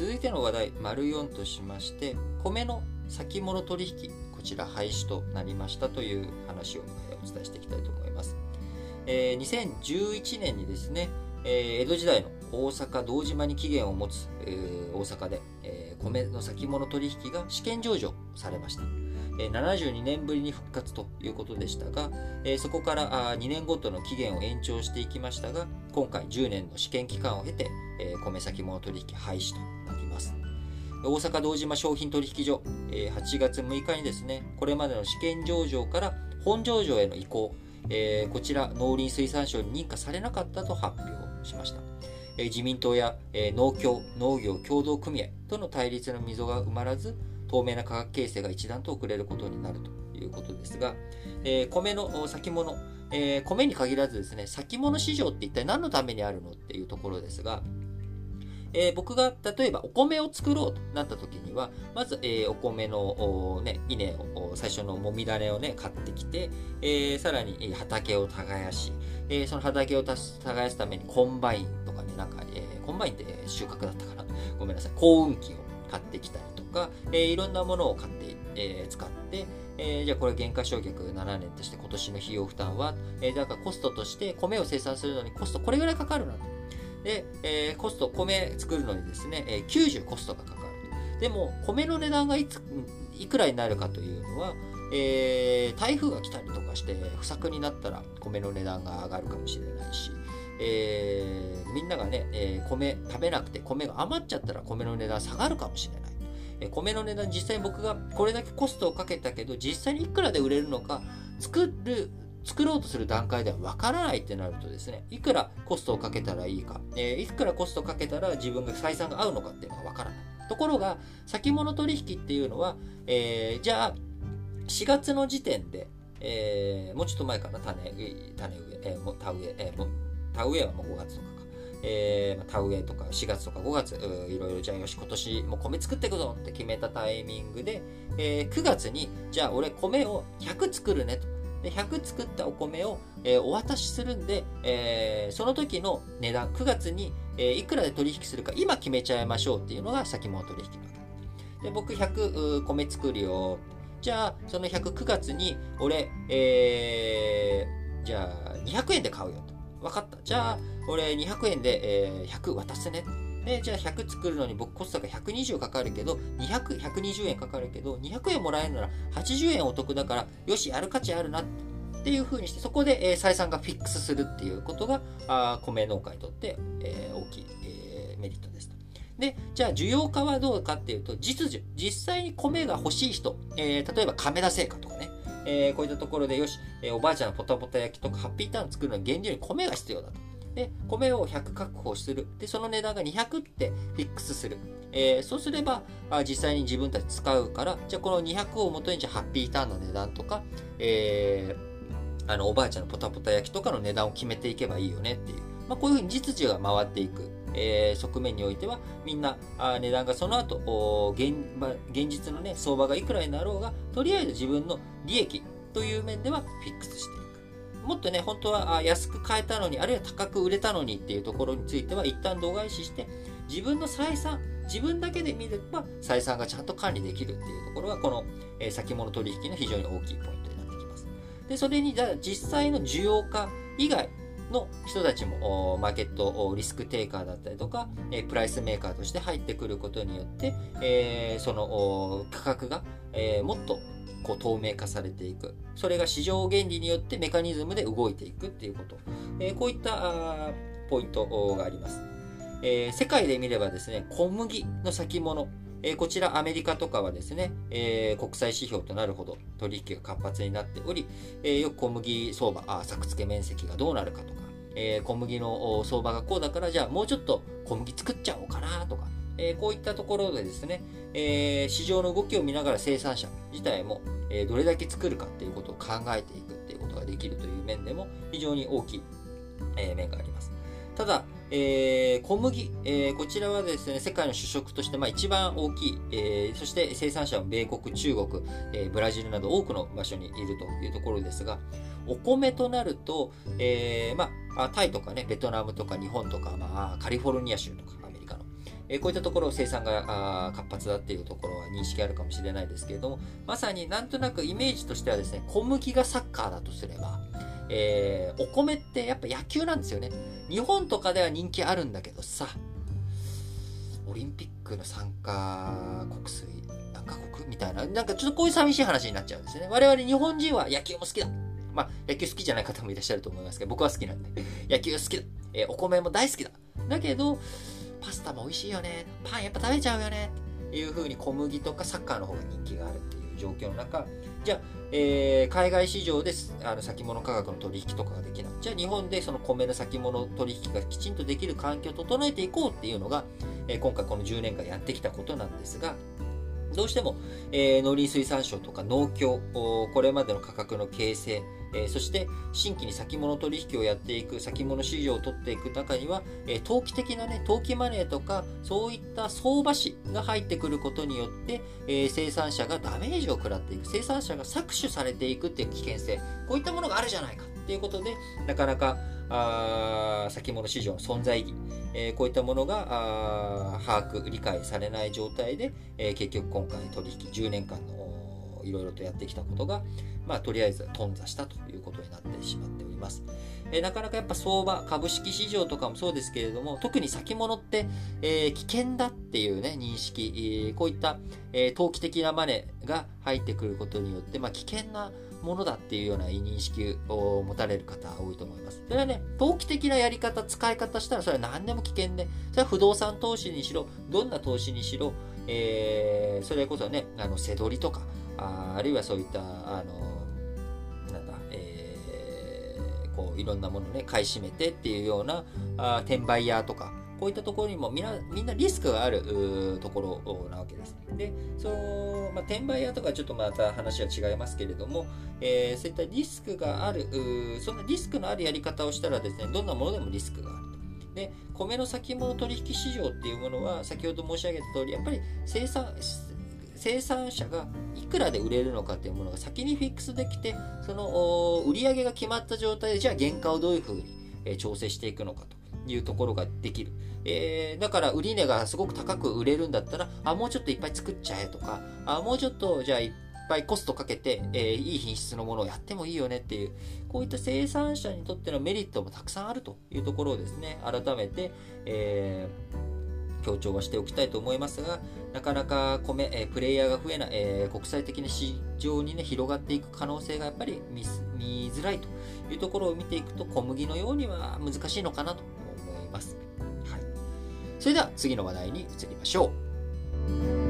続いての話題、丸4としまして、米の先物取引、こちら廃止となりましたという話をお伝えしていきたいと思います。2011年にですね、江戸時代の大阪堂島に起源を持つ、大阪で、米の先物取引が試験上場されました。72年ぶりに復活ということでしたが、そこから2年ごとの期限を延長していきましたが、今回10年の試験期間を経て、米先物取引廃止となります。大阪堂島商品取引所、8月6日にですね、これまでの試験上場から本上場への移行、こちら農林水産省に認可されなかったと発表しました。自民党や、農協・農業協同組合との対立の溝が埋まらず、透明な価格形成が一段と遅れることになるということですが、米の先物、米に限らずですね、先物市場って一体何のためにあるのっていうところですが、僕が例えばお米を作ろうとなった時には、まず、お米の、稲を最初のもみ種をね買ってきて、さらに畑を耕し、その畑を耕すためにコンバインとかね、コンバインって収穫だったかな、ごめんなさい、耕運機を買ってきたりとか、いろんなものを買って、使って、じゃあこれ減価償却7年として今年の費用負担は、だからコストとして米を生産するのにコストこれぐらいかかるなと。で、コスト、米作るのにですね、90コストがかかると。でも、米の値段がいくらになるかというのは、台風が来たりとかして不作になったら米の値段が上がるかもしれないし、みんながね、米食べなくて米が余っちゃったら米の値段下がるかもしれない。米の値段、実際に僕がこれだけコストをかけたけど、実際にいくらで売れるのか、作ろうとする段階では分からないってなるとですね、いくらコストをかけたらいいか、いくらコストをかけたら自分が採算が合うのかっていうのが分からない。ところが、先物取引っていうのは、じゃあ、4月の時点で、もうちょっと前かな、田植えはもう5月とかか。田植えとか4月とか5月、いろいろじゃあよし、今年もう米作っていくぞって決めたタイミングで、9月に、じゃあ俺米を100作るねと。で100作ったお米を、お渡しするんで、その時の値段、9月に、いくらで取引するか今決めちゃいましょうっていうのが先物取引なわけ。で、僕100米作るよ。じゃあ、その100、9月に俺、じゃあ200円で買うよと。分かった。じゃあ、俺200円で、100渡すね。で、じゃあ100作るのに僕コストが120かかるけど、120円かかるけど、200円もらえるなら80円お得だから、よし、やる価値あるなっていう風にして、そこで、採算がフィックスするっていうことが、米農家にとって、大きい、メリットですと。で、じゃあ需要家はどうかっていうと、実際に米が欲しい人、例えば亀田製菓とかね、こういったところでよし、おばあちゃんのポタポタ焼きとかハッピーターン作るのに原料に米が必要だと。で、米を100確保する。で、その値段が200ってフィックスする。そうすれば、実際に自分たち使うから、じゃあこの200をもとに、じゃあハッピーターンの値段とか、おばあちゃんのポタポタ焼きとかの値段を決めていけばいいよねっていう。こういうふうに実需が回っていく。側面においては、みんな値段がその後、現実のね、相場がいくらになろうが、とりあえず自分の利益という面ではフィックスしていく。もっとね、本当は安く買えたのに、あるいは高く売れたのにっていうところについては、一旦度外視して、自分の採算、自分だけで見れば、採算がちゃんと管理できるっていうところが、この先物取引の非常に大きいポイントになってきます。で、それに、実際の需要家以外の人たちも、マーケットリスクテイカーだったりとか、プライスメーカーとして入ってくることによって、その価格が、もっと透明化されていく。それが市場原理によってメカニズムで動いていくっていうこと。こういったポイントがあります。世界で見ればですね、小麦の先物。こちらアメリカとかはですね、国際指標となるほど取引が活発になっており、よく小麦相場、作付け面積がどうなるかとか、小麦の相場がこうだから、じゃあもうちょっと小麦作っちゃおうかなとか、こういったところでですね、市場の動きを見ながら生産者自体も、どれだけ作るかっていうことを考えていくっていうことができるという面でも非常に大きい、面があります。ただ、小麦、こちらはですね、世界の主食として一番大きい、そして生産者は米国、中国、ブラジルなど多くの場所にいるというところですが、お米となると、タイとかね、ベトナムとか日本とか、カリフォルニア州とかアメリカの、 こういったところ生産が活発だっていうところは認識あるかもしれないですけれども、まさになんとなくイメージとしてはですね、小麦がサッカーだとすれば、お米ってやっぱ野球なんですよね。日本とかでは人気あるんだけどさ、オリンピックの参加国数何カ国みたいな、なんかちょっとこういう寂しい話になっちゃうんですね。我々日本人は野球も好きだ。まあ、野球好きじゃない方もいらっしゃると思いますけど、僕は好きなんで。野球好きだ。お米も大好きだ。だけど、パスタも美味しいよね。パンやっぱ食べちゃうよね。っていう風に小麦とかサッカーの方が人気があるっていう状況の中、じゃあ、海外市場で先物価格の取引とかができない。じゃあ日本でその米の先物取引がきちんとできる環境を整えていこうっていうのが、今回この10年間やってきたことなんですが、どうしても、農林水産省とか農協、これまでの価格の形成、そして新規に先物取引をやっていく、先物市場を取っていく中には、投機的なね、投機マネーとか、そういった相場師が入ってくることによって、生産者がダメージを食らっていく、生産者が搾取されていくっていう危険性、こういったものがあるじゃないかっていうことで、なかなか先物市場の存在意義、こういったものが把握、理解されない状態で、結局今回取引10年間のいろいろとやってきたことが、とりあえず頓挫したということになってしまっております。なかなかやっぱ相場、株式市場とかもそうですけれども、特に先物って、危険だっていうね、認識、こういった、投機的なマネーが入ってくることによって、危険なものだっていうような認識を持たれる方多いと思います。それはね、投機的なやり方、使い方したらそれは何でも危険で、それは不動産投資にしろ、どんな投資にしろ、それこそね、背取りとか、あるいはそういった、こういろんなものね、買い占めてっていうような転売屋とか、こういったところにもみんなリスクがあるところなわけです。で、転売屋とかちょっとまた話は違いますけれども、そういったリスクがある、そんなリスクのあるやり方をしたらですね、どんなものでもリスクがあると。で、米の先物取引市場っていうものは、先ほど申し上げた通り、やっぱり生産者がいくらで売れるのかっていうものが先にフィックスできて、その売り上げが決まった状態で、じゃあ原価をどういうふうに調整していくのかというところができる。だから売値がすごく高く売れるんだったら、もうちょっといっぱい作っちゃえとか、もうちょっとじゃあいっぱいコストかけて、いい品質のものをやってもいいよねっていう、こういった生産者にとってのメリットもたくさんあるというところをですね、改めて、強調はしておきたいと思いますが、なかなかプレイヤーが増えない、国際的な市場にね、広がっていく可能性がやっぱり見づらいというところを見ていくと、小麦のようには難しいのかなと思います。はい。それでは次の話題に移りましょう。